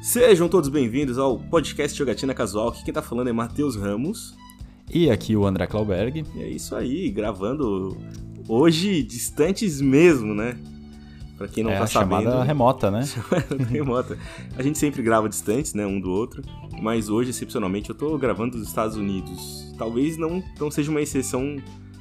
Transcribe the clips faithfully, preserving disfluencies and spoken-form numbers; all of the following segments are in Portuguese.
Sejam todos bem-vindos ao podcast Jogatina Casual. Aqui quem tá falando é Matheus Ramos. E aqui o André Klauberg. E é isso aí, gravando hoje distantes mesmo, né? Pra quem não é tá a sabendo. Chamada remota, né? Chamada remota. A gente sempre grava distantes, né? Um do outro. Mas hoje, excepcionalmente, eu tô gravando dos Estados Unidos. Talvez não, não seja uma exceção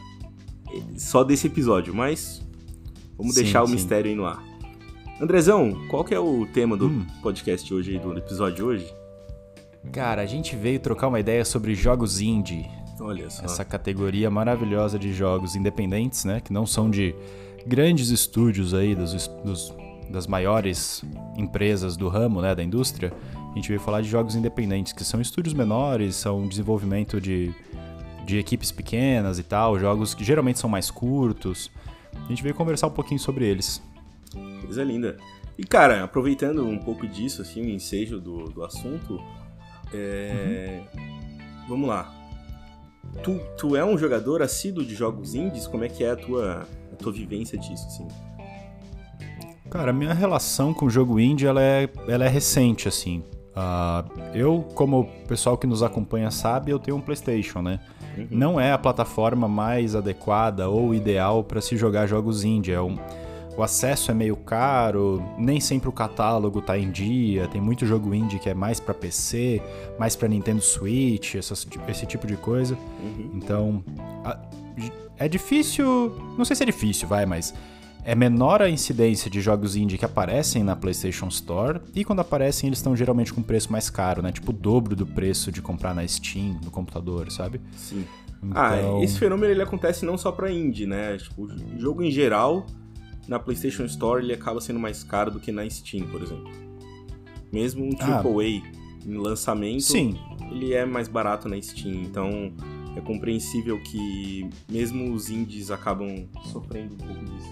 só desse episódio, mas vamos sim, deixar o sim. mistério aí no ar. Andrezão, qual que é o tema do hum. podcast hoje, do episódio de hoje? Cara, a gente veio trocar uma ideia sobre jogos indie. Olha só. Essa categoria maravilhosa de jogos independentes, né? Que não são de grandes estúdios aí, dos, dos, das maiores empresas do ramo, né? Da indústria. A gente veio falar de jogos independentes, que são estúdios menores, são desenvolvimento de, de equipes pequenas e tal. Jogos que geralmente são mais curtos. A gente veio conversar um pouquinho sobre eles. Coisa linda. E, cara, aproveitando um pouco disso, assim, o ensejo do, do assunto, é... uhum. vamos lá. Tu, tu é um jogador assíduo de jogos indies? Como é que é a tua, a tua vivência disso, assim? Cara, a minha relação com o jogo indie, ela é, ela é recente, assim. Uh, eu, como o pessoal que nos acompanha sabe, eu tenho um PlayStation, né? Uhum. Não é a plataforma mais adequada ou ideal para se jogar jogos indie. É um... O acesso é meio caro, nem sempre o catálogo tá em dia, tem muito jogo indie que é mais pra P C, mais pra Nintendo Switch, essas, esse tipo de coisa. Uhum. Então, a, é difícil, não sei se é difícil, vai, mas é menor a incidência de jogos indie que aparecem na PlayStation Store, e quando aparecem eles estão geralmente com preço mais caro, né? Tipo o dobro do preço de comprar na Steam, no computador, sabe? Sim. Então... Ah, esse fenômeno ele acontece não só pra indie, né? Tipo, o jogo em geral... Na PlayStation Store ele acaba sendo mais caro do que na Steam, por exemplo. Mesmo um Triple A em lançamento, sim. ele é mais barato na Steam. Então é compreensível que mesmo os indies acabam sofrendo um pouco disso.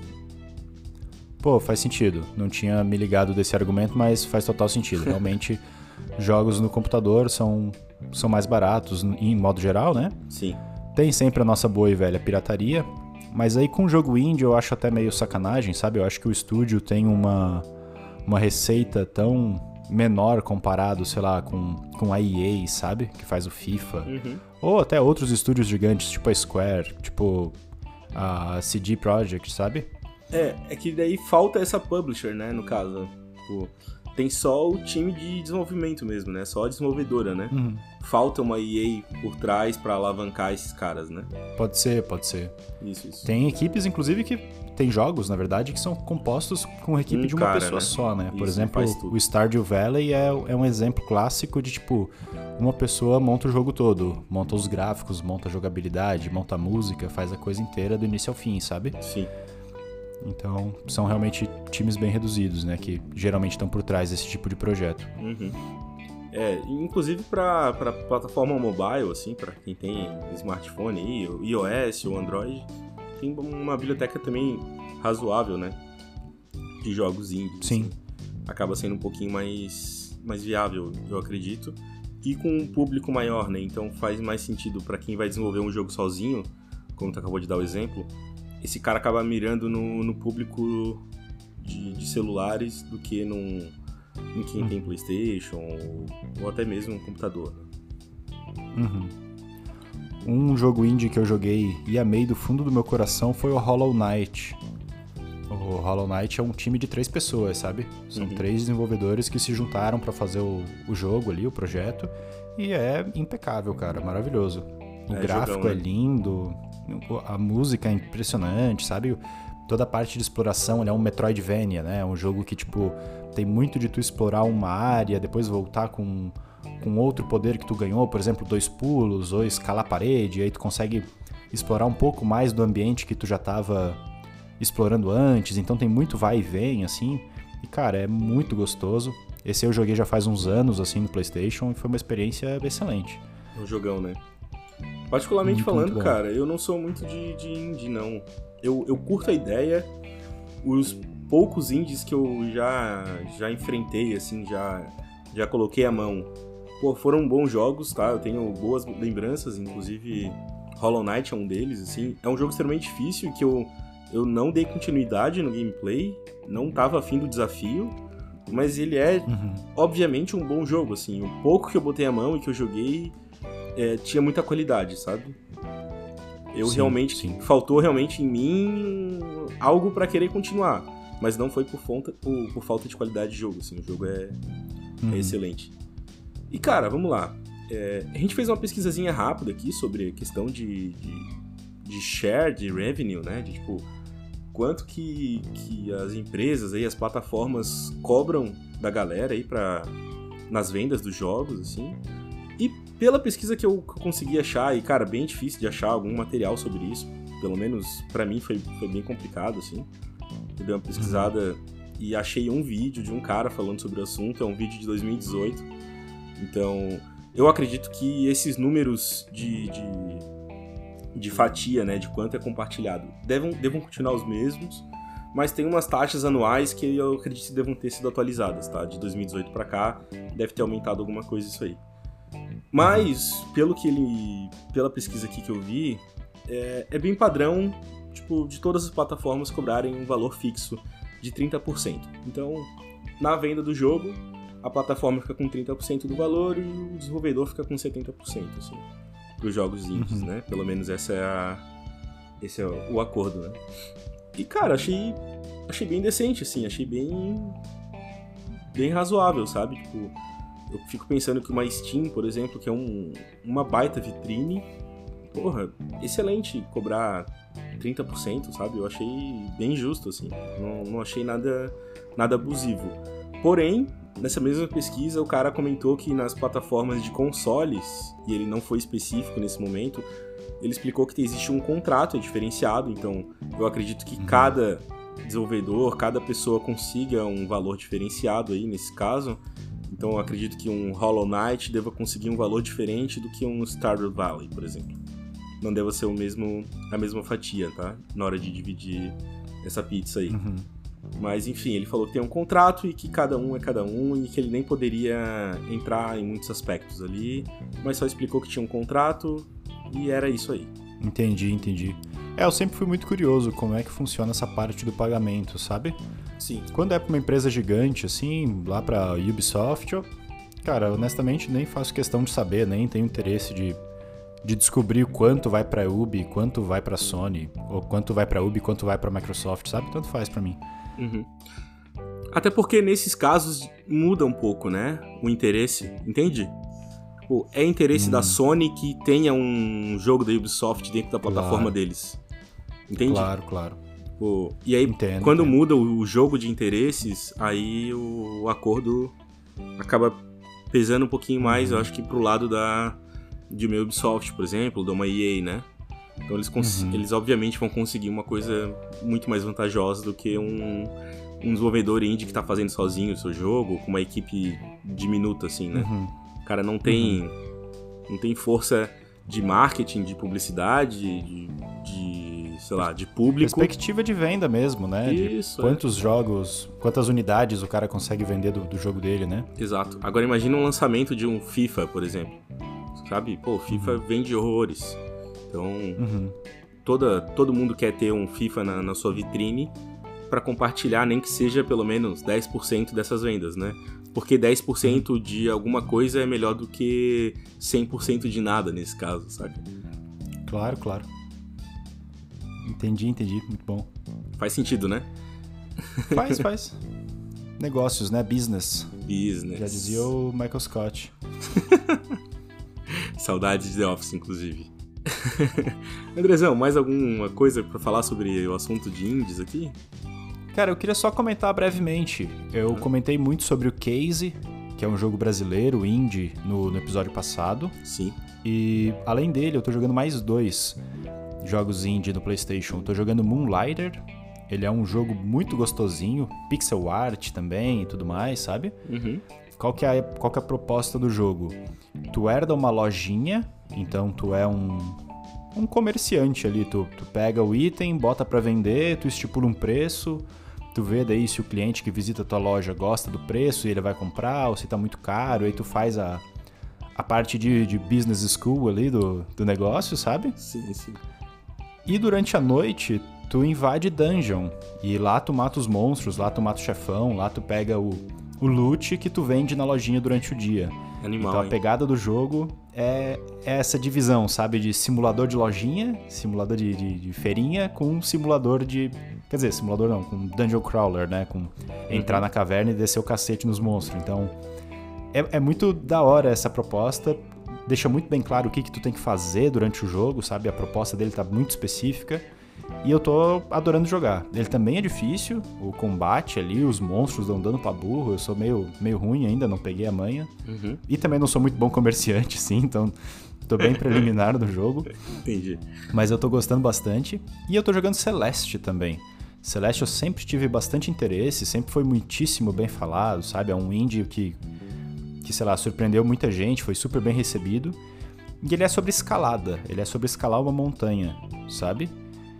Pô, faz sentido. Não tinha me ligado desse argumento, mas faz total sentido. Realmente, jogos no computador são, são mais baratos, em modo geral, né? Sim. Tem sempre a nossa boa e velha pirataria. Mas aí com o jogo indie eu acho até meio sacanagem, sabe? Eu acho que o estúdio tem uma, uma receita tão menor comparado, sei lá, com, com a E A, sabe? Que faz o FIFA. Uhum. Ou até outros estúdios gigantes, tipo a Square, tipo a C D Projekt, sabe? É, é que daí falta essa publisher, né, no caso. Tipo, tem só o time de desenvolvimento mesmo, né? Só a desenvolvedora, né? Uhum. Falta uma E A por trás pra alavancar esses caras, né? Pode ser, pode ser. Isso, isso. Tem equipes, inclusive, que... Tem jogos, na verdade, que são compostos com a equipe um de uma cara, pessoa né? só, né? Por Isso, exemplo, o Stardew Valley é, é um exemplo clássico de, tipo, uma pessoa monta o jogo todo. Monta os gráficos, monta a jogabilidade, monta a música, faz a coisa inteira do início ao fim, sabe? Sim. Então, são realmente times bem reduzidos, né? Que geralmente estão por trás desse tipo de projeto. Uhum. É, inclusive para para plataforma mobile, assim, para quem tem smartphone aí, iOS ou Android, tem uma biblioteca também razoável, né? De jogos indie. Sim. Assim. Acaba sendo um pouquinho mais, mais viável, eu acredito. E com um público maior, né? Então faz mais sentido para quem vai desenvolver um jogo sozinho, como tu acabou de dar o exemplo, esse cara acaba mirando no, no público de, de celulares do que num, em quem uhum. tem PlayStation ou, ou até mesmo um computador. Uhum. Um jogo indie que eu joguei e amei do fundo do meu coração foi o Hollow Knight. O Hollow Knight é um time de três pessoas, sabe? São uhum. três desenvolvedores que se juntaram pra fazer o, o jogo ali, o projeto, e é impecável, cara, maravilhoso. O é, gráfico jogão, né? É lindo, a música é impressionante, sabe? Toda a parte de exploração, ele é um Metroidvania, né? É um jogo que, tipo, tem muito de tu explorar uma área, depois voltar com, com outro poder que tu ganhou, por exemplo, dois pulos, ou escalar a parede, e aí tu consegue explorar um pouco mais do ambiente que tu já tava explorando antes, então tem muito vai e vem, assim, e, cara, é muito gostoso. Esse eu joguei já faz uns anos, assim, no PlayStation, e foi uma experiência excelente. Um jogão, né? Particularmente muito, falando, muito cara, eu não sou muito de, de indie, não. Eu, eu curto a ideia, os poucos indies que eu já, já enfrentei, assim, já, já coloquei a mão, pô, foram bons jogos, tá? Eu tenho boas lembranças, inclusive Hollow Knight é um deles, assim. É um jogo extremamente difícil que eu, eu não dei continuidade no gameplay, não tava afim do desafio, mas ele é, Uhum. obviamente, um bom jogo, assim. O pouco que eu botei a mão e que eu joguei é, tinha muita qualidade, sabe? Eu Sim, realmente... sim. Faltou realmente em mim algo pra querer continuar, mas não foi por, fonta, por, por falta de qualidade de jogo, assim. O jogo é, Uhum. é excelente. E, cara, vamos lá. É, a gente fez uma pesquisazinha rápida aqui sobre a questão de, de, de share de revenue, né? De, tipo, quanto que, que as empresas, aí, as plataformas cobram da galera aí pra, nas vendas dos jogos, assim. E pela pesquisa que eu, que eu consegui achar, e, cara, bem difícil de achar algum material sobre isso, pelo menos pra mim foi, foi bem complicado, assim. Eu dei uma pesquisada uhum. e achei um vídeo de um cara falando sobre o assunto, é um vídeo de dois mil e dezoito. Então, eu acredito que esses números de, de, de fatia, né, de quanto é compartilhado, devam, devam continuar os mesmos, mas tem umas taxas anuais que eu acredito que devam ter sido atualizadas, tá? De dois mil e dezoito pra cá, deve ter aumentado alguma coisa isso aí. Mas, pelo que ele, pela pesquisa aqui que eu vi, é, é bem padrão, tipo, de todas as plataformas cobrarem um valor fixo de trinta por cento. Então, na venda do jogo, a plataforma fica com trinta por cento do valor e o desenvolvedor fica com setenta por cento, assim, dos jogos indies, uhum. né? Pelo menos essa é a, esse é o acordo, né? E, cara, achei, achei bem decente, assim, achei bem, bem razoável, sabe? Tipo, eu fico pensando que uma Steam, por exemplo, que é um, uma baita vitrine, porra, excelente cobrar trinta por cento, sabe? Eu achei bem justo, assim, não, não achei nada, nada abusivo. Porém, nessa mesma pesquisa, o cara comentou que nas plataformas de consoles, e ele não foi específico nesse momento, ele explicou que existe um contrato diferenciado, então eu acredito que cada desenvolvedor, cada pessoa consiga um valor diferenciado aí nesse caso. Então eu acredito que um Hollow Knight deva conseguir um valor diferente do que um Stardew Valley, por exemplo. Não deva ser o mesmo, a mesma fatia, tá? Na hora de dividir essa pizza aí. Uhum. Mas, enfim, ele falou que tem um contrato e que cada um é cada um e que ele nem poderia entrar em muitos aspectos ali, mas só explicou que tinha um contrato e era isso aí. Entendi, entendi. É, eu sempre fui muito curioso como é que funciona essa parte do pagamento, sabe? Sim. Quando é pra uma empresa gigante, assim, lá pra Ubisoft, eu, cara, honestamente nem faço questão de saber, nem tenho interesse de, de descobrir quanto vai pra Ubi, quanto vai pra Sony, ou quanto vai pra Ubi, quanto vai pra Microsoft, sabe? Tanto faz pra mim. Uhum. Até porque nesses casos muda um pouco, né? O interesse, entende? Pô, é interesse hum. da Sony que tenha um jogo da Ubisoft dentro da plataforma claro. deles. Entende? Claro, claro. Pô, e aí, entendo, quando entendo. muda o jogo de interesses, aí o, o acordo acaba pesando um pouquinho mais, uhum. eu acho que pro lado da de uma Ubisoft, por exemplo, de uma E A, né? Então eles, cons- uhum. eles obviamente vão conseguir uma coisa muito mais vantajosa do que um, um desenvolvedor indie que tá fazendo sozinho o seu jogo, com uma equipe diminuta, assim, né? Uhum. O cara não tem, uhum. não tem força de marketing, de publicidade, de, de, sei lá, de público. Perspectiva de venda mesmo, né? Isso, de quantos é. jogos, quantas unidades o cara consegue vender do, do jogo dele, né? Exato. Agora imagina um lançamento de um FIFA, por exemplo. Sabe? Pô, o FIFA uhum. vende horrores. Então, uhum. toda, todo mundo quer ter um FIFA na, na sua vitrine para compartilhar, nem que seja pelo menos dez por cento dessas vendas, né? Porque dez por cento uhum. de alguma coisa é melhor do que cem por cento de nada nesse caso, sabe? Claro, claro. Entendi, entendi. Muito bom. Faz sentido, né? Faz, faz. Negócios, né? Business. Business. Já dizia o Michael Scott. Saudades de The Office, inclusive. Andrezão, mais alguma coisa pra falar sobre o assunto de indies aqui? Cara, eu queria só comentar brevemente. Eu ah. comentei muito sobre o Case, que é um jogo brasileiro, indie, no, no episódio passado. Sim. E além dele, eu tô jogando mais dois jogos indie no PlayStation. Eu tô jogando Moonlighter. Ele é um jogo muito gostosinho, pixel art também e tudo mais, sabe? Uhum. Qual que é a, qual que é a proposta do jogo? Tu herda uma lojinha, então tu é um, um comerciante ali. Tu, tu pega o item, bota pra vender, tu estipula um preço, tu vê daí se o cliente que visita a tua loja gosta do preço e ele vai comprar, ou se tá muito caro, aí tu faz a, a parte de, de business school ali do, do negócio, sabe? Sim, sim. E durante a noite, tu invade dungeon, e lá tu mata os monstros, lá tu mata o chefão, lá tu pega o... o loot que tu vende na lojinha durante o dia. Animal, então a hein? pegada do jogo é, é essa divisão, sabe? De simulador de lojinha, simulador de, de, de feirinha, com um simulador de... Quer dizer, simulador não, com Dungeon Crawler, né? Com entrar uhum. na caverna e descer o cacete nos monstros. Então, é, é muito da hora essa proposta. Deixa muito bem claro o que, que tu tem que fazer durante o jogo, sabe? A proposta dele tá muito específica. E eu tô adorando jogar. Ele também é difícil, o combate ali, os monstros dão dano pra burro. Eu sou meio, meio ruim ainda, não peguei a manha. Uhum. E também não sou muito bom comerciante, sim, então tô bem preliminar no jogo. Entendi. Mas eu tô gostando bastante. E eu tô jogando Celeste também. Celeste eu sempre tive bastante interesse, sempre foi muitíssimo bem falado, sabe? É um indie que, que, sei lá, surpreendeu muita gente, foi super bem recebido. E ele é sobre escalada, ele é sobre escalar uma montanha, sabe?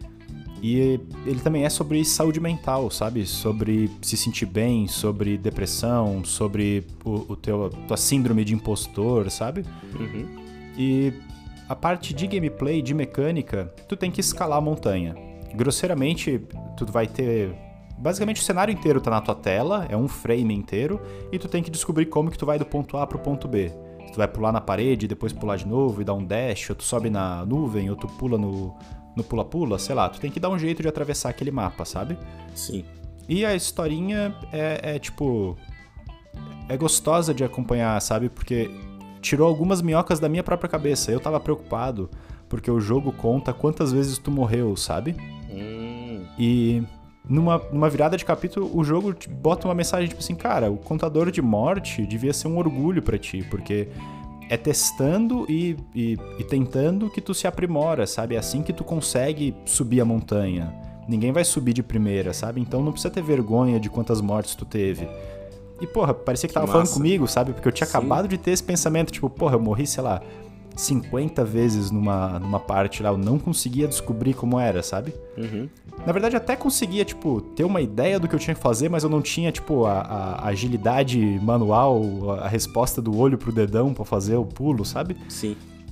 E ele também é sobre saúde mental, sabe? Sobre se sentir bem, sobre depressão, sobre o, o teu, tua síndrome de impostor, sabe? Uhum. E a parte de gameplay, de mecânica, tu tem que escalar a montanha. Grosseiramente, tu vai ter... Basicamente o cenário inteiro tá na tua tela, é um frame inteiro, e tu tem que descobrir como que tu vai do ponto A pro ponto B. Tu vai pular na parede, depois pular de novo e dar um dash, ou tu sobe na nuvem, ou tu pula no... no pula-pula, sei lá, tu tem que dar um jeito de atravessar aquele mapa, sabe? Sim. E a historinha é, é tipo... É gostosa de acompanhar, sabe? Porque tirou algumas minhocas da minha própria cabeça. Eu tava preocupado, porque o jogo conta quantas vezes tu morreu, sabe? Hum. E numa, numa virada de capítulo, o jogo te bota uma mensagem tipo assim, cara, o contador de morte devia ser um orgulho pra ti, porque... É testando e, e, e tentando que tu se aprimora, sabe? É assim que tu consegue subir a montanha. Ninguém vai subir de primeira, sabe? Então não precisa ter vergonha de quantas mortes tu teve. E, porra, parecia que, que tava massa. Falando comigo, sabe? Porque eu tinha Sim. acabado de ter esse pensamento, tipo, porra, eu morri, sei lá, cinquenta vezes numa, numa parte lá, eu não conseguia descobrir como era, sabe? Uhum. Na verdade, até conseguia, tipo, ter uma ideia do que eu tinha que fazer, mas eu não tinha, tipo, a, a agilidade manual, a resposta do olho pro dedão pra fazer o pulo, sabe? Sim.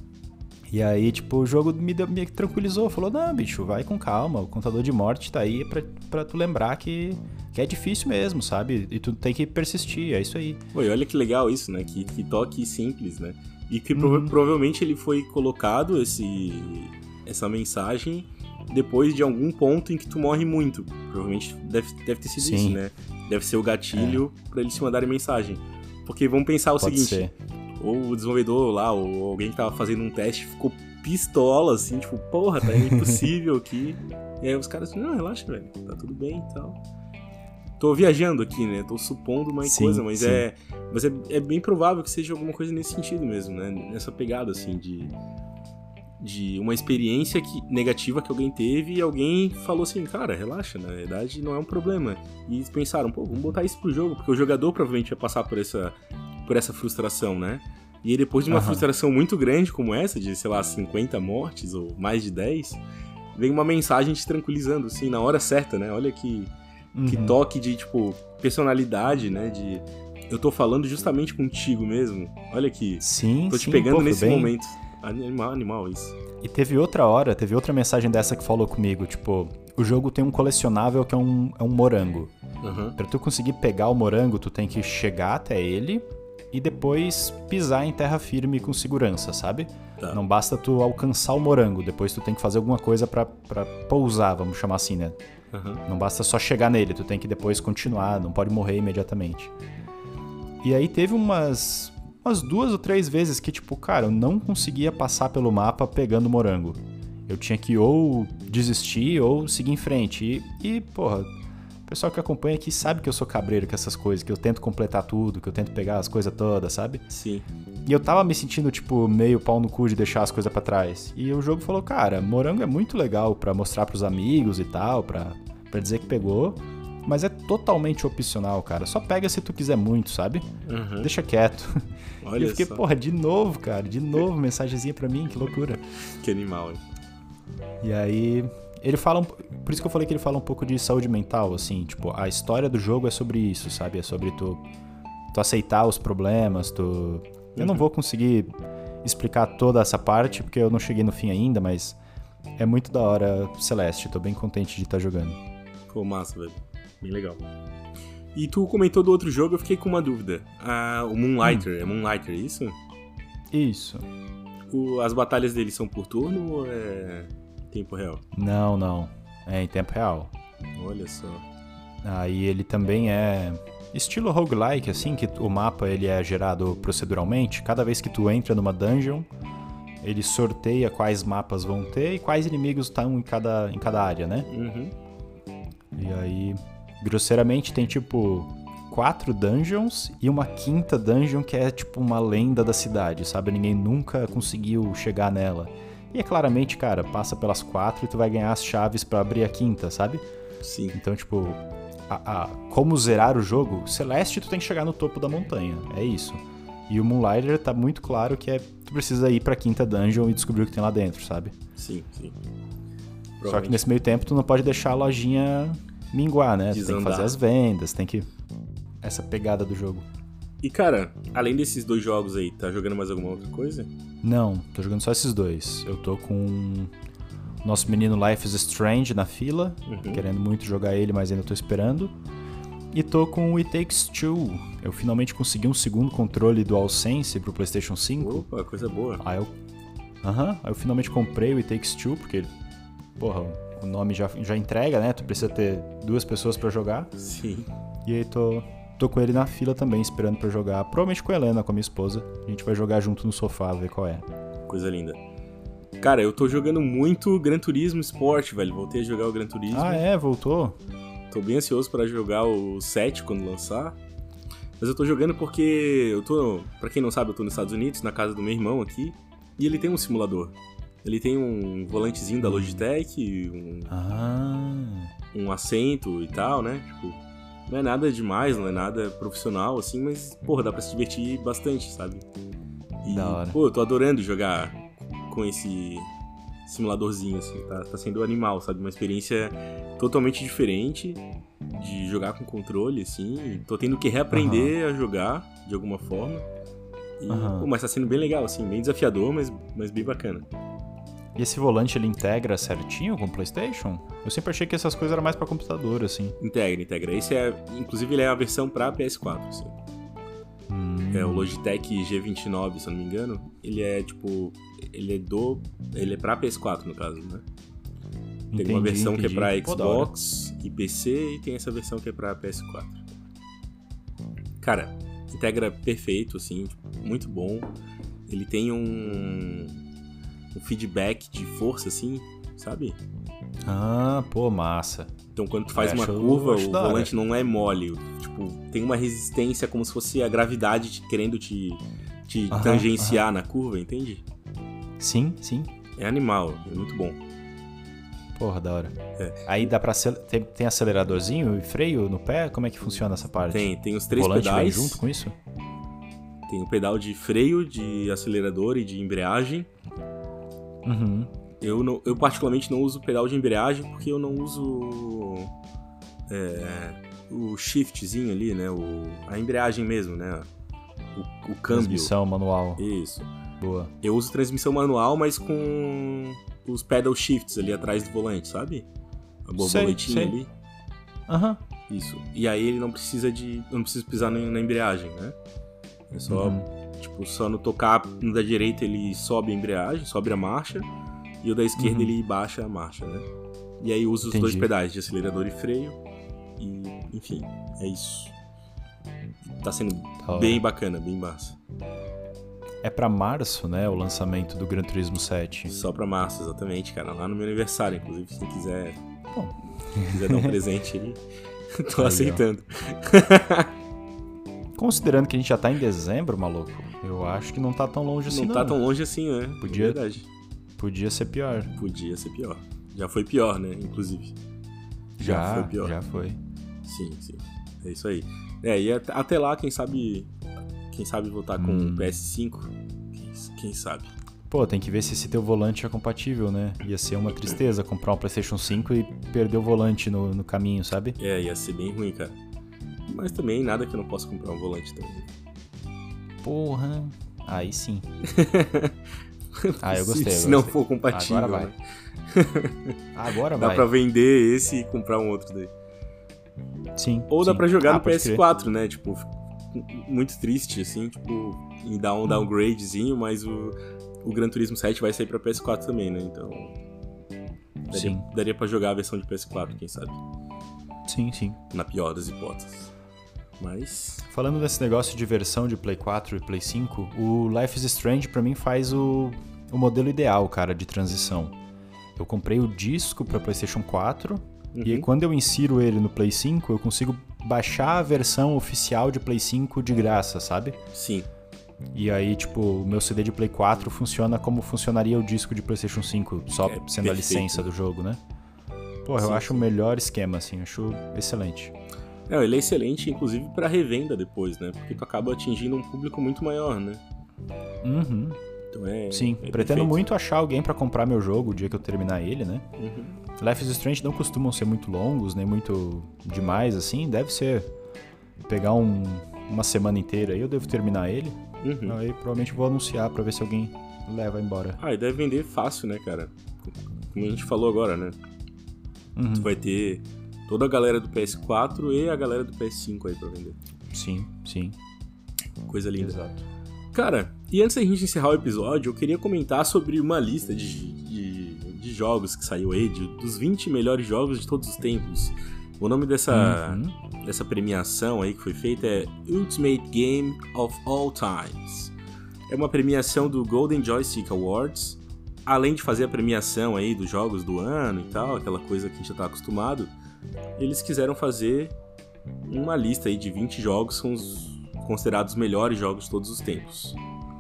E aí, tipo, o jogo me, deu, me tranquilizou, falou, não, bicho, vai com calma, o contador de morte tá aí pra, pra tu lembrar que, que é difícil mesmo, sabe? E tu tem que persistir, é isso aí. Oi, olha que legal isso, né? Que, que toque simples, né? E que prova- uhum. provavelmente ele foi colocado, esse, essa mensagem, depois de algum ponto em que tu morre muito. Provavelmente deve, deve ter sido Sim. isso, né? Deve ser o gatilho é. pra eles te mandarem mensagem. Porque vamos pensar o Pode seguinte, ser. Ou o desenvolvedor lá, ou alguém que tava fazendo um teste ficou pistola, assim, tipo, porra, tá impossível aqui. E aí os caras, não, relaxa, velho, tá tudo bem e tal. Tô viajando aqui, né? Tô supondo uma sim, coisa, mas, é, mas é, é bem provável que seja alguma coisa nesse sentido mesmo, né? Nessa pegada, assim, de, de uma experiência que, negativa que alguém teve e alguém falou assim, cara, relaxa, na verdade não é um problema. E eles pensaram, pô, vamos botar isso pro jogo, porque o jogador provavelmente vai passar por essa, por essa frustração, né? E aí, depois de uma uhum. frustração muito grande como essa, de, sei lá, cinquenta mortes ou mais de dez, vem uma mensagem te tranquilizando, assim, na hora certa, né? Olha que... Uhum. Que toque de, tipo, personalidade, né? De eu tô falando justamente contigo mesmo. Olha aqui. Sim, tô te sim, pegando pô, nesse bem... momento. Animal, animal isso. E teve outra hora, teve outra mensagem dessa que falou comigo, tipo, o jogo tem um colecionável que é um, é um morango. Uhum. Pra tu conseguir pegar o morango, tu tem que chegar até ele e depois pisar em terra firme com segurança, sabe? Tá. Não basta tu alcançar o morango, depois tu tem que fazer alguma coisa pra, pra pousar, vamos chamar assim, né? Uhum. Não basta só chegar nele, tu tem que depois continuar, não pode morrer imediatamente. E aí teve umas, umas duas ou três vezes que, tipo, cara, eu não conseguia passar pelo mapa pegando morango. Eu tinha que ou desistir ou seguir em frente. E, e porra, o pessoal que acompanha aqui sabe que eu sou cabreiro com essas coisas, que eu tento completar tudo, que eu tento pegar as coisas todas, sabe? Sim. E eu tava me sentindo, tipo, meio pau no cu de deixar as coisas pra trás. E o jogo falou, cara, morango é muito legal pra mostrar pros amigos e tal, pra, pra dizer que pegou, mas é totalmente opcional, cara. Só pega se tu quiser muito, sabe? Uhum. Deixa quieto. Olha e eu fiquei, só. porra, de novo, cara, de novo, mensagenzinha pra mim, que loucura. Que animal, hein? E aí, ele fala, um, por isso que eu falei que ele fala um pouco de saúde mental, assim, tipo, a história do jogo é sobre isso, sabe? É sobre tu, tu aceitar os problemas, tu... Eu uhum. não vou conseguir explicar toda essa parte, porque eu não cheguei no fim ainda, mas é muito da hora Celeste, tô bem contente de estar jogando. Pô, massa, velho. Bem legal. E tu comentou do outro jogo, eu fiquei com uma dúvida. Ah, o Moonlighter, hum. é Moonlighter, isso? Isso. O, as batalhas dele são por turno ou é tempo real? Não, não. É em tempo real. Olha só. Aí ele também é estilo roguelike, assim, que o mapa ele é gerado proceduralmente. Cada vez que tu entra numa dungeon, ele sorteia quais mapas vão ter e quais inimigos estão em cada, em cada área, né? Uhum. E aí, grosseiramente, tem tipo quatro dungeons e uma quinta dungeon que é tipo uma lenda da cidade, sabe? Ninguém nunca conseguiu chegar nela. E é claramente, cara, passa pelas quatro e tu vai ganhar as chaves pra abrir a quinta, sabe? Sim. Então, tipo, a, a, como zerar o jogo, Celeste tu tem que chegar no topo da montanha, é isso. E o Moonlighter tá muito claro que é tu precisa ir pra quinta dungeon e descobrir o que tem lá dentro, sabe? Sim, sim. Só que nesse meio tempo tu não pode deixar a lojinha minguar, né? Tu tem que fazer as vendas, tem que... Essa pegada do jogo. E, cara, além desses dois jogos aí, tá jogando mais alguma outra coisa? Não, tô jogando só esses dois. Eu tô com o nosso menino Life is Strange na fila, uhum. querendo muito jogar ele, mas ainda tô esperando. E tô com o It Takes Two. Eu finalmente consegui um segundo controle DualSense pro PlayStation cinco. Opa, coisa boa. Aí eu... Aham, uhum, aí eu finalmente comprei o It Takes Two, porque, porra, o nome já, já entrega, né? Tu precisa ter duas pessoas pra jogar. Sim. E aí tô... Tô com ele na fila também, esperando pra jogar. Provavelmente com a Helena, com a minha esposa. A gente vai jogar junto no sofá, ver qual é. Coisa linda. Cara, eu tô jogando muito Gran Turismo Sport, velho. Voltei a jogar o Gran Turismo. Ah, é? Voltou? Tô bem ansioso pra jogar o sete quando lançar. Mas eu tô jogando porque eu tô... Pra quem não sabe, eu tô nos Estados Unidos, na casa do meu irmão aqui. E ele tem um simulador. Ele tem um volantezinho da Logitech, um, ah. um assento e tal, né? Tipo... Não é nada demais, não é nada profissional, assim, mas, porra, dá pra se divertir bastante, sabe? E, da hora. Pô, eu tô adorando jogar com esse simuladorzinho, assim, tá, tá sendo animal, sabe? Uma experiência totalmente diferente de jogar com controle, assim. Tô tendo que reaprender uhum. a jogar, de alguma forma. E, uhum. pô, mas tá sendo bem legal, assim, bem desafiador, mas, mas bem bacana. E esse volante, ele integra certinho com o PlayStation? Eu sempre achei que essas coisas eram mais pra computador, assim. Integra, integra. Esse é, inclusive, ele é a versão pra P S quatro, assim. Hum. É o Logitech G vinte e nove, se eu não me engano. Ele é, tipo... Ele é do... Ele é pra P S quatro, no caso, né? Tem entendi, uma versão entendi. que é pra Xbox Pô, e P C, e tem essa versão que é pra P S quatro. Cara, integra perfeito, assim, tipo, muito bom. Ele tem um... um feedback de força, assim, sabe? Ah, pô, massa. Então, quando tu faz é, uma curva, o volante não é mole. Tipo, tem uma resistência como se fosse a gravidade te, querendo te, te aham, tangenciar aham. na curva, entende? Sim, sim. É animal, é muito bom. Porra, da hora. É. Aí dá pra... Tem, tem aceleradorzinho e freio no pé? Como é que funciona essa parte? Tem, tem os três o volante pedais. Vem junto com isso? Tem o pedal de freio, de acelerador e de embreagem. Uhum. Eu, não, eu particularmente não uso pedal de embreagem porque eu não uso é, o shiftzinho ali, né? O, a embreagem mesmo, né? O, o câmbio. Transmissão manual. Isso. Boa. Eu uso transmissão manual, mas com os pedal shifts ali atrás do volante, sabe? A borboletinha sei, sei. ali. Aham. Uhum. Isso. E aí ele não precisa de... Eu não preciso pisar na, na embreagem, né? É só... Uhum. Tipo, só no tocar no da direita ele sobe a embreagem, sobe a marcha. E o da esquerda uhum. ele baixa a marcha, né? E aí usa os Entendi. dois pedais de acelerador e freio. E, enfim, é isso. Tá sendo tá bem bacana, bem massa. É pra março, né, o lançamento do Gran Turismo sete. Só pra março, exatamente, cara. Lá no meu aniversário, inclusive, se quiser, Bom. quiser dar um presente aí, tô aí, aceitando. Considerando que a gente já tá em dezembro, maluco, eu acho que não tá tão longe assim, não. Não tá tão longe assim, né? Podia, é verdade. Podia ser pior. Podia ser pior. Já foi pior, né, inclusive. Já, já foi pior. Já foi. Sim, sim. É isso aí. É, e até lá, quem sabe... Quem sabe voltar com o hum. P S cinco? Quem, quem sabe? Pô, tem que ver se esse teu volante é compatível, né? Ia ser uma tristeza comprar um PlayStation cinco e perder o volante no, no caminho, sabe? É, ia ser bem ruim, cara. Mas também nada que eu não possa comprar um volante também. Porra, aí sim. Ah, eu gostei. Se, se eu gostei. não for compatível. Agora vai. Né? Agora Dá vai. pra vender esse e comprar um outro daí. Sim. Ou sim. dá pra jogar ah, no P S quatro, crer. né? Tipo, muito triste, assim, tipo, em dar um downgradezinho, mas o, o Gran Turismo sete vai sair pra P S quatro também, né? Então, daria, Sim. daria pra jogar a versão de P S quatro, quem sabe? Sim, sim. Na pior das hipóteses. Mas... Falando desse negócio de versão de Play quatro e Play cinco, o Life is Strange pra mim faz o, o modelo ideal, cara, de transição. Eu comprei o disco pra PlayStation quatro, uhum. E aí quando eu insiro ele no Play cinco, eu consigo baixar a versão oficial de Play cinco de graça, sabe? Sim. E aí, tipo, o meu C D de Play quatro funciona como funcionaria o disco de PlayStation cinco, só é sendo perfeito. A licença do jogo, né? Porra, sim, eu acho sim. o melhor esquema, assim, acho excelente. É, ele é excelente, inclusive, pra revenda depois, né? Porque tu acaba atingindo um público muito maior, né? Uhum. Então é, sim, é pretendo perfeito. muito achar alguém pra comprar meu jogo o dia que eu terminar ele, né? Uhum. Life is Strange não costumam ser muito longos, nem muito demais, assim. Deve ser pegar um, uma semana inteira aí, eu devo terminar ele. Uhum. Aí provavelmente vou anunciar pra ver se alguém leva embora. Ah, e deve vender fácil, né, cara? Como a gente falou agora, né? Uhum. Tu vai ter toda a galera do P S quatro e a galera do P S cinco aí pra vender. Sim, sim. Coisa linda. Exato. Cara, e antes da gente encerrar o episódio, eu queria comentar sobre uma lista de, de, de jogos que saiu aí, de, dos vinte melhores jogos de todos os tempos. O nome dessa, uhum. dessa premiação aí que foi feita é Ultimate Game of All Times. É uma premiação do Golden Joystick Awards. Além de fazer a premiação aí dos jogos do ano e tal, aquela coisa que a gente já tá acostumado, eles quiseram fazer uma lista aí de vinte jogos com os considerados os melhores jogos de todos os tempos.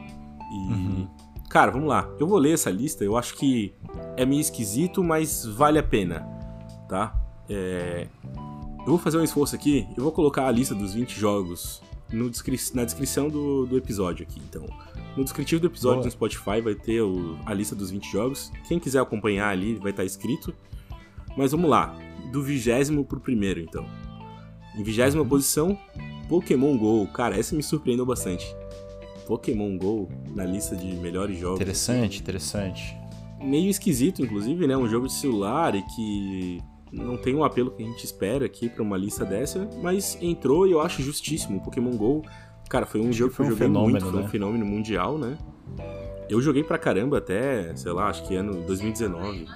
E, uhum. cara, vamos lá. Eu vou ler essa lista, eu acho que é meio esquisito, mas vale a pena, tá? É... Eu vou fazer um esforço aqui, eu vou colocar a lista dos vinte jogos no descri... na descrição do, do episódio aqui, então... No descritivo do episódio Boa. No Spotify vai ter o, a lista dos vinte jogos. Quem quiser acompanhar ali vai estar escrito. Mas vamos lá, do vigésimo pro primeiro, então. Em vigésima uhum. posição, Pokémon GO. Cara, essa me surpreendeu bastante. Pokémon GO na lista de melhores jogos. Interessante, interessante. Meio esquisito, inclusive, né? Um jogo de celular e que não tem um apelo que a gente espera aqui pra uma lista dessa. Mas entrou e eu acho justíssimo. Pokémon GO... Cara, foi um acho jogo que, que eu joguei um fenômeno, muito, foi né? um fenômeno mundial, né? Eu joguei pra caramba até, sei lá, acho que ano dois mil e dezenove.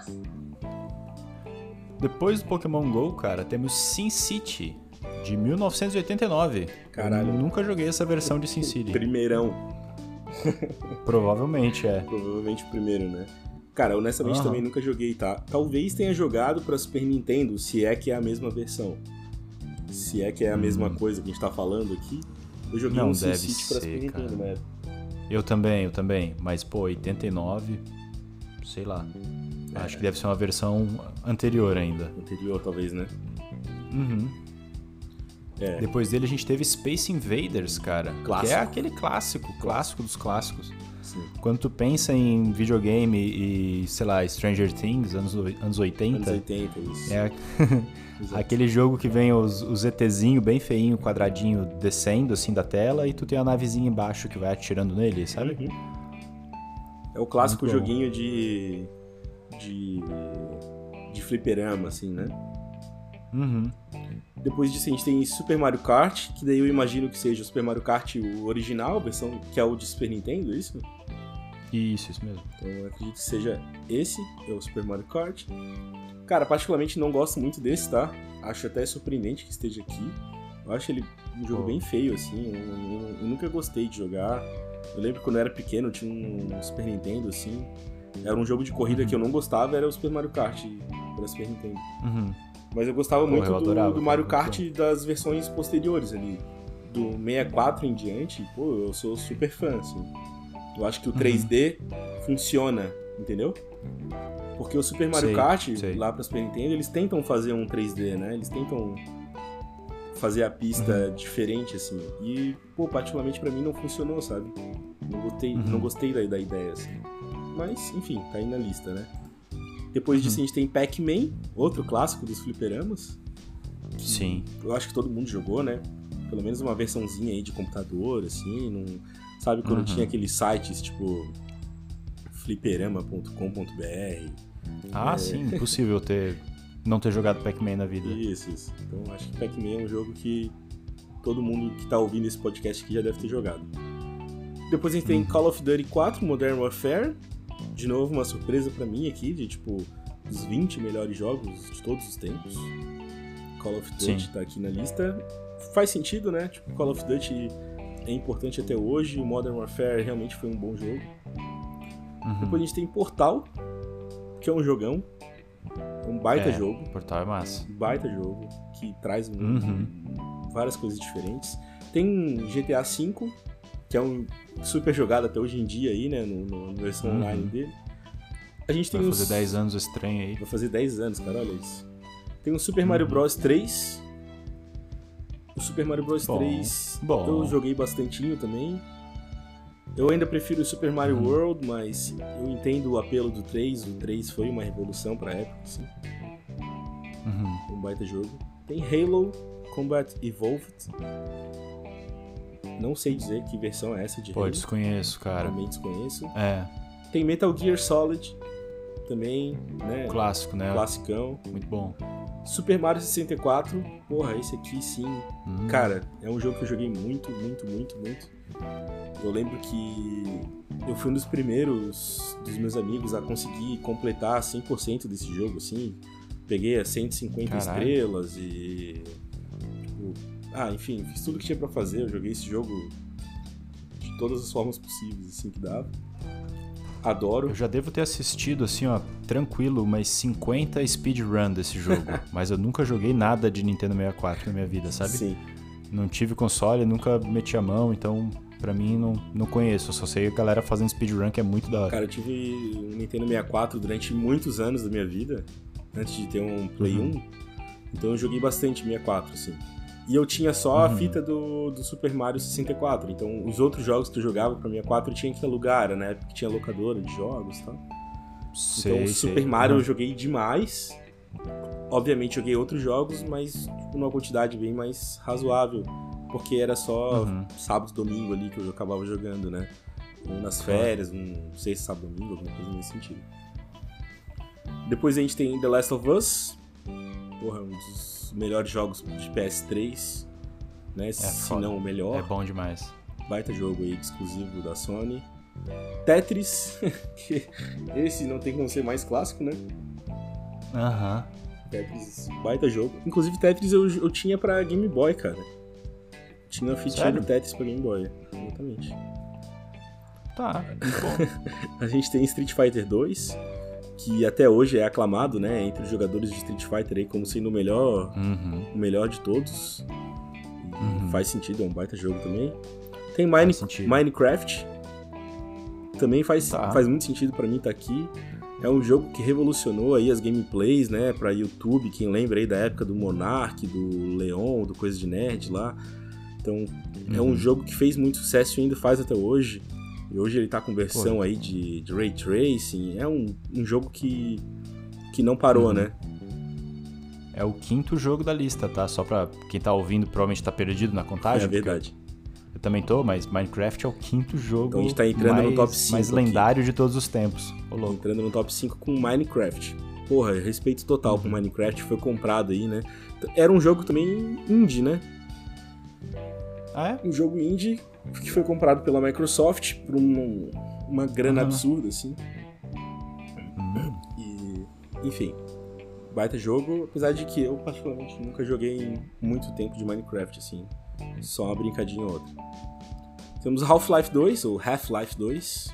Depois do Pokémon GO, cara, temos SimCity, de mil novecentos e oitenta e nove. Caralho. Eu nunca joguei essa versão de SimCity. Primeirão. Provavelmente, é. Provavelmente o primeiro, né? Cara, honestamente uhum. também nunca joguei, tá? Talvez tenha jogado pra Super Nintendo, se é que é a mesma versão. Se é que é a hum. mesma coisa que a gente tá falando aqui. Eu joguei Não, um deve SimCity pra Super Nintendo, né? Eu também, eu também. Mas, pô, oitenta e nove, sei lá. É. Acho que deve ser uma versão anterior ainda. Anterior, talvez, né? Uhum. É. Depois dele a gente teve Space Invaders, cara. Clássico. Que é aquele clássico, clássico dos clássicos. Sim. Quando tu pensa em videogame e, sei lá, Stranger Things, anos, anos oitenta. Anos oitenta, isso. É aquele jogo que vem os, os ETzinho bem feinho, quadradinho, descendo assim da tela e tu tem a navezinha embaixo que vai atirando nele, sabe? Uhum. É o clássico Muito joguinho de, de... de fliperama, assim, né? Uhum. Depois disso a gente tem Super Mario Kart, que daí eu imagino que seja o Super Mario Kart o original, a versão que é o de Super Nintendo, isso? Isso, isso mesmo. Então eu acredito que seja esse, é o Super Mario Kart. Cara, particularmente não gosto muito desse, tá? Acho até surpreendente que esteja aqui. Eu acho ele um jogo oh. bem feio, assim, eu, eu, eu nunca gostei de jogar. Eu lembro quando eu era pequeno, eu tinha um Super Nintendo, assim. Era um jogo de corrida uhum. que eu não gostava, era o Super Mario Kart para Super Nintendo. Uhum. Mas eu gostava Porra, muito eu adorava, do, do Mario cara, Kart das versões posteriores ali. Do sessenta e quatro em diante, pô, eu sou super fã, assim. Eu acho que o três D uhum. funciona, entendeu? Porque o Super Mario sei, Kart, sei. lá pra Super Nintendo, eles tentam fazer um três D, né? Eles tentam fazer a pista uhum. diferente, assim. E, pô, particularmente pra mim não funcionou, sabe? Não gostei, uhum. não gostei da, da ideia, assim. Mas, enfim, tá aí na lista, né? Depois disso uhum. a gente tem Pac-Man, outro clássico dos fliperamas. Sim. Eu acho que todo mundo jogou, né? Pelo menos uma versãozinha aí de computador, assim. Não... Sabe quando uhum. tinha aqueles sites, tipo... fliperama ponto com ponto b r. Ah, é... sim, impossível ter não ter jogado Pac-Man na vida. Isso, isso. Então acho que Pac-Man é um jogo que todo mundo que tá ouvindo esse podcast aqui já deve ter jogado. Depois a gente tem Call of Duty quatro, Modern Warfare. De novo, uma surpresa pra mim aqui, de tipo, os vinte melhores jogos de todos os tempos. Call of Duty Sim. tá aqui na lista. Faz sentido, né? Tipo, Call of Duty é importante até hoje, o Modern Warfare realmente foi um bom jogo. Uhum. Depois a gente tem Portal, que é um jogão. Um baita é, jogo. Portal é massa. Baita jogo, que traz um, uhum. várias coisas diferentes. Tem G T A cinco, que é um super jogado até hoje em dia aí, né, no, no, na versão uhum. online dele. A gente tem Vai uns... fazer dez anos esse trem aí. Vai fazer dez anos, cara, olha isso. Tem o Super Mario Bros três. O Super Mario Bros bom, três bom. eu joguei bastantinho também. Eu ainda prefiro o Super Mario uhum. World, mas eu entendo o apelo do três. O três foi uma revolução pra época, assim. Uhum. Um baita jogo. Tem Halo Combat Evolved. Não sei dizer que versão é essa de Pô, Halo. desconheço, cara. Também desconheço. É. Tem Metal Gear Solid. Também, né? Clássico, né? Classicão. Muito bom. Super Mario sessenta e quatro. Porra, esse aqui sim. Hum. Cara, é um jogo que eu joguei muito, muito, muito, muito. Eu lembro que eu fui um dos primeiros dos meus amigos a conseguir completar cem por cento desse jogo, assim. Peguei as cento e cinquenta Caralho. estrelas e... Tipo, ah, enfim, fiz tudo que tinha pra fazer. Eu joguei esse jogo de todas as formas possíveis, assim, que dava. Adoro. Eu já devo ter assistido, assim, ó, tranquilo, umas cinquenta speedrun desse jogo. Mas eu nunca joguei nada de Nintendo sessenta e quatro na minha vida, sabe? Sim. Não tive console, nunca meti a mão, então pra mim não, não conheço. Eu só sei a galera fazendo speedrun, que é muito da hora. Cara, eu tive um Nintendo sessenta e quatro durante muitos anos da minha vida, antes de ter um Play uhum. um. Então eu joguei bastante sessenta e quatro, assim. E eu tinha só uhum. a fita do, do Super Mario sessenta e quatro. Então, os outros jogos que eu jogava pra sessenta e quatro eu tinha que alugar, era na época que tinha locadora de jogos e tal. Sei, então, o sei. Super Mario uhum. eu joguei demais. Obviamente, joguei outros jogos, mas tipo, numa quantidade bem mais razoável. Porque era só uhum. sábado e domingo ali que eu acabava jogando, né? Ou nas férias, um sexta, sábado, domingo, alguma coisa nesse sentido. Depois a gente tem The Last of Us. Porra, um dos melhores jogos de P S três, né? É se foda. Não o melhor. É bom demais. Baita jogo aí, exclusivo da Sony. Tetris, que esse não tem como ser mais clássico, né? Aham. Uhum. Tetris, baita jogo. Inclusive, Tetris eu, eu tinha pra Game Boy, cara. Tinha uma fitinha do Tetris pra Game Boy, exatamente. Tá, muito bom. A gente tem Street Fighter dois, que até hoje é aclamado, né, entre os jogadores de Street Fighter aí como sendo o melhor, uhum. o melhor de todos. Uhum. Faz sentido, é um baita jogo também. Tem Mine... Minecraft, também faz, tá. faz muito sentido pra mim estar tá aqui. É um jogo que revolucionou aí as gameplays, né, pra YouTube, quem lembra aí da época do Monark, do Leon, do Coisa de Nerd lá. Então, uhum. é um jogo que fez muito sucesso e ainda faz até hoje. E hoje ele tá com versão Pô. aí de, de Ray Tracing. É um, um jogo que, que não parou, uhum. né? É o quinto jogo da lista, tá? Só pra quem tá ouvindo provavelmente tá perdido na contagem. É verdade. Eu, eu também tô, mas Minecraft é o quinto jogo então a gente tá entrando mais, no top cinco mais lendário aqui. De todos os tempos. Ô, louco. Entrando no top cinco com Minecraft. Porra, respeito total uhum. pro Minecraft. Foi comprado aí, né? Era um jogo também indie, né? Ah, é? Um jogo indie que foi comprado pela Microsoft por um, uma grana uhum. absurda, assim. Uhum. E, enfim, baita jogo, apesar de que eu, particularmente, nunca joguei muito tempo de Minecraft, assim. Só uma brincadinha ou outra. Temos Half-Life dois, ou Half-Life dois.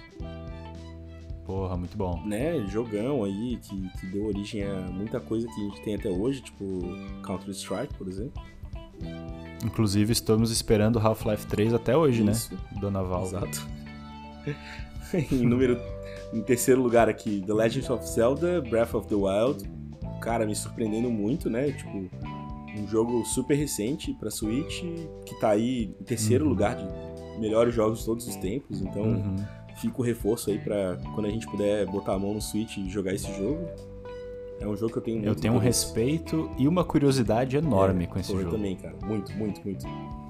Porra, muito bom. Né, jogão aí, que, que deu origem a muita coisa que a gente tem até hoje, tipo Counter-Strike, por exemplo. Inclusive, estamos esperando Half-Life três até hoje, Isso. né? Dona Valve. Exato. em, número, em terceiro lugar aqui, The Legend of Zelda, Breath of the Wild. Cara, me surpreendendo muito, né? Tipo, um jogo super recente pra Switch, que tá aí em terceiro uhum. lugar de melhores jogos de todos os tempos. Então, uhum. fica o reforço aí pra quando a gente puder botar a mão no Switch e jogar esse jogo. É um jogo que eu tenho muito Eu tenho um respeito e uma curiosidade enorme é, com esse eu jogo. Eu também, cara. Muito, muito, muito.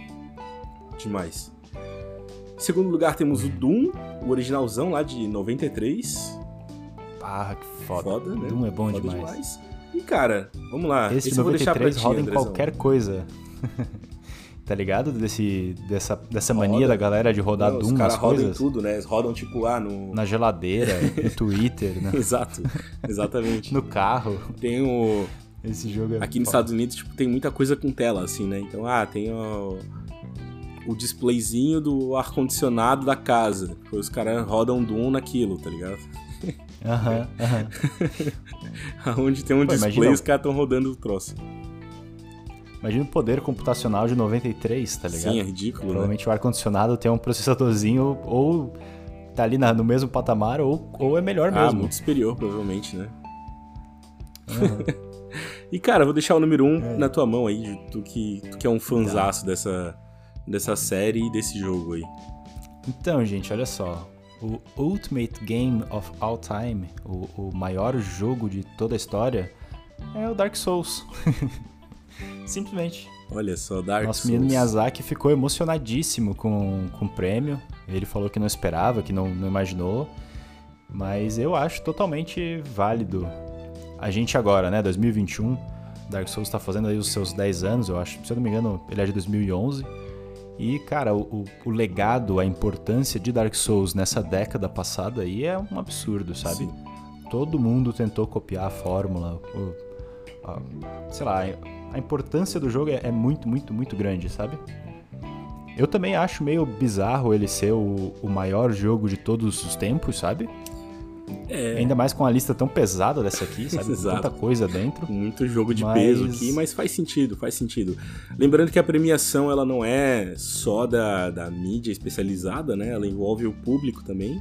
Demais. Em segundo lugar temos o Doom, o originalzão lá de noventa e três. Ah, que foda. Foda, né? Doom é bom foda demais. demais. E, cara, vamos lá. Esse, Esse eu vou noventa e deixar pra três ti, roda em Andrezão. qualquer coisa. Tá ligado? Desse, dessa, dessa mania Roda. da galera de rodar Não, Doom os nas caras rodam em coisas. tudo, né? Eles rodam, tipo, ah, no... Na geladeira, no Twitter, né? Exato, exatamente. No carro. Tem o... Esse jogo é Aqui nos foda. Estados Unidos, tipo, tem muita coisa com tela, assim, né? Então, ah, tem o, o displayzinho do ar-condicionado da casa. Depois os caras rodam Doom naquilo, tá ligado? Aham, aham. Onde tem um Pô, display, imagina- os caras estão rodando o troço. Imagina o poder computacional de noventa e três, tá ligado? Sim, é ridículo, né? Provavelmente o ar-condicionado tem um processadorzinho ou tá ali na- no mesmo patamar ou, ou é melhor Ah, mesmo. muito superior, provavelmente, né? Aham. E, cara, vou deixar o número um É. na tua mão aí, tu que, tu que é um fanzaço dessa, dessa série e desse jogo aí. Então, gente, olha só. O Ultimate Game of All Time, o, o maior jogo de toda a história, é o Dark Souls. Simplesmente. Olha só, Dark Nosso Souls. menino Miyazaki ficou emocionadíssimo com, com o prêmio. Ele falou que não esperava, que não, não imaginou. Mas eu acho totalmente válido. A gente agora, né, dois mil e vinte e um, Dark Souls tá fazendo aí os seus dez anos, eu acho. Se eu não me engano, ele é de dois mil e onze. E, cara, o, o, o legado, a importância de Dark Souls nessa década passada aí é um absurdo, sabe? Sim. Todo mundo tentou copiar a fórmula. O, a, sei lá, a importância do jogo é, é muito, muito, muito grande, sabe? Eu também acho meio bizarro ele ser o, o maior jogo de todos os tempos, sabe? É, Ainda mais com a lista tão pesada dessa aqui, sabe? Com Exato. tanta coisa dentro. muito jogo de Mas- peso aqui, mas faz sentido, faz sentido. Lembrando que a premiação, ela não é só da, da mídia especializada, né? Ela envolve o público também,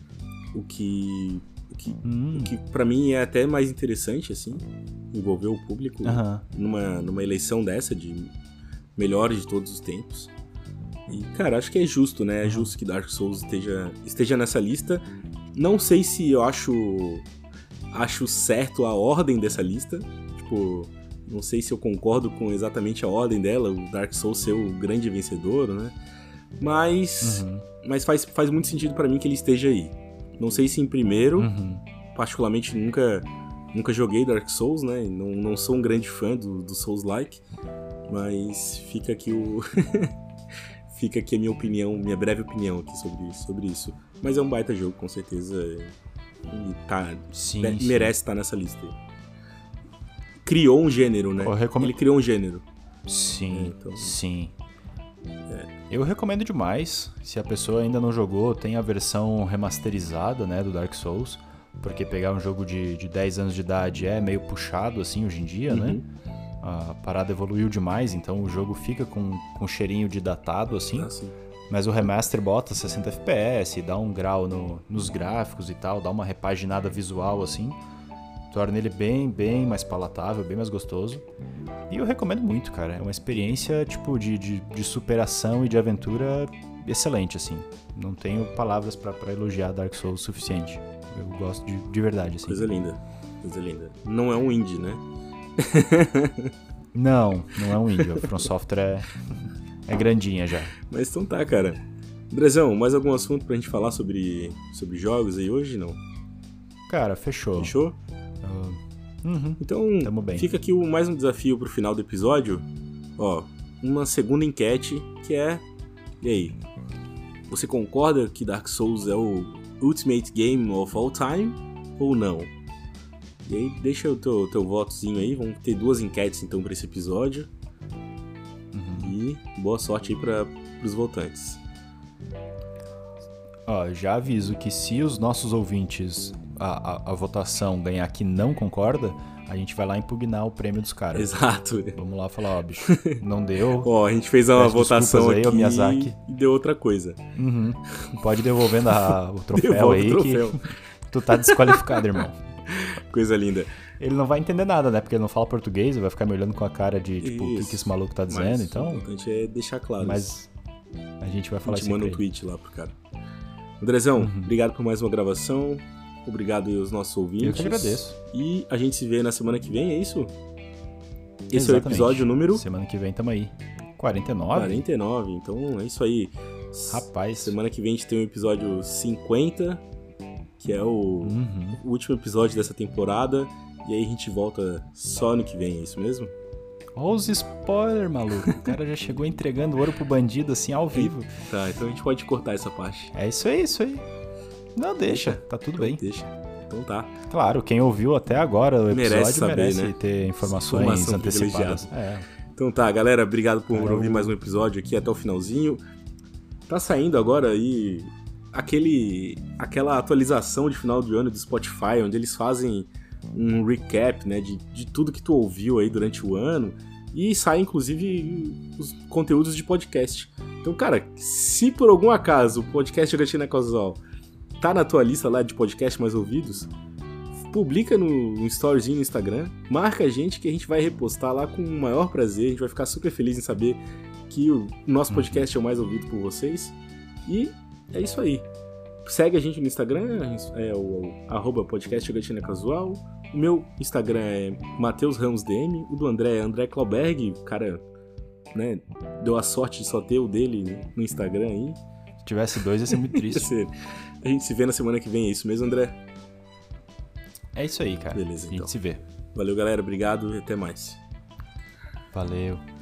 o que... O que, Hum, o que pra mim é até mais interessante, assim, envolver o público aham. numa, numa eleição dessa de melhores de todos os tempos. E, cara, acho que é justo, né? É justo que Dark Souls esteja, esteja nessa lista. Não sei se eu acho acho certo a ordem dessa lista. Tipo, não sei se eu concordo com exatamente a ordem dela, o Dark Souls ser o grande vencedor, né? Mas, Uhum. mas faz, faz muito sentido pra mim que ele esteja aí. Não sei se em primeiro, Uhum. particularmente nunca, nunca joguei Dark Souls, né? Não, não sou um grande fã do, do Souls-like, mas fica aqui o... fica aqui a minha opinião, minha breve opinião aqui sobre, sobre isso. Mas é um baita jogo, com certeza, e tá, Sim, me- sim. merece estar nessa lista aí. Criou um gênero, né? Eu recomendo- Ele criou um gênero. Sim, Então- sim. Eu recomendo demais. Se a pessoa ainda não jogou, tem a versão remasterizada, né, do Dark Souls. Porque pegar um jogo de, de dez anos de idade é meio puxado, assim, hoje em dia, né? Uhum. A parada evoluiu demais, então o jogo fica com, com cheirinho de datado, assim. Assim. Mas o remaster bota sessenta F P S, dá um grau no- nos gráficos e tal, dá uma repaginada visual, assim. Torna ele bem, bem mais palatável, bem mais gostoso. E eu recomendo muito, cara. É uma experiência, tipo, de, de, de superação e de aventura excelente, assim. Não tenho palavras pra, pra elogiar Dark Souls o suficiente. Eu gosto de, de verdade, assim. Coisa linda. Coisa linda. Não é um indie, né? Não, não é um indie. A From Software é, é grandinha já. Mas então tá, cara. Andrezão, mais algum assunto pra gente falar sobre, sobre jogos aí hoje, não? Cara, fechou. Fechou? Uhum. Então, Tamo bem. fica aqui o- mais um desafio pro final do episódio. Ó, uma segunda enquete que é... E aí? Você concorda que Dark Souls é o Ultimate Game of All Time ou não? E aí, deixa o teu, teu votozinho aí. Vamos ter duas enquetes então pra esse episódio. Uhum. E boa sorte aí pra, pros votantes. Ó, já aviso que se os nossos ouvintes, a, a, a votação ganhar que não concorda, a gente vai lá impugnar o prêmio dos caras. Exato. Vamos lá falar, ó, bicho, não deu. Ó, a gente fez uma Peço votação desculpas aí, ô aqui Miyazaki. e deu outra coisa. Uhum. Pode ir devolvendo a- o troféu Devolve aí o troféu. que tu tá desqualificado, irmão. Coisa linda. Ele não vai entender nada, né? Porque ele não fala português, ele vai ficar me olhando com a cara de, tipo, o que, Isso. que esse maluco tá dizendo, Mas o então... importante é deixar claro isso. Mas a gente vai A falar gente isso manda um aí. tweet lá pro cara. Andrezão, Uhum. obrigado por mais uma gravação. Obrigado aí aos nossos ouvintes. Eu que agradeço. E a gente se vê na semana que vem, é isso? Esse é o Exatamente. episódio número Semana que vem tamo aí. quarenta e nove? quarenta e nove. Então é isso aí. Rapaz. Semana que vem a gente tem o episódio cinquenta, que é o Uhum. o último episódio dessa temporada. E aí a gente volta só ano que vem, é isso mesmo? Olha os spoilers, maluco. O cara já chegou entregando ouro pro bandido, assim, ao vivo. Tá, então a gente pode cortar essa parte. É isso aí, isso aí. Não, deixa, tá tudo então bem. Deixa, então tá. Claro, quem ouviu até agora o episódio merece, saber, merece né? ter informações Informação antecipadas. É. Então tá, galera, obrigado por Cara, ouvir o- mais um episódio aqui até o finalzinho. Tá saindo agora aí aquele, aquela atualização de final de ano do Spotify, onde eles fazem um recap, né, de, de tudo que tu ouviu aí durante o ano e sai inclusive os conteúdos de podcast. Então, cara, se por algum acaso o podcast Jogatina Casual tá na tua lista lá de podcast mais ouvidos, publica no, no storyzinho no Instagram, marca a gente que a gente vai repostar lá com o maior prazer, a gente vai ficar super feliz em saber que o nosso podcast é o mais ouvido por vocês. E é isso aí. Segue a gente no Instagram, é o, o arroba podcast Jogatina Casual. O meu Instagram é Matheus Ramos D M, o do André é André Clauberg, o cara, né, deu a sorte de só ter o dele no Instagram aí. Se tivesse dois, ia ser muito triste. A gente se vê na semana que vem, é isso mesmo, André? É isso aí, cara. Beleza, A gente então. se vê. Valeu, galera, obrigado e até mais. Valeu.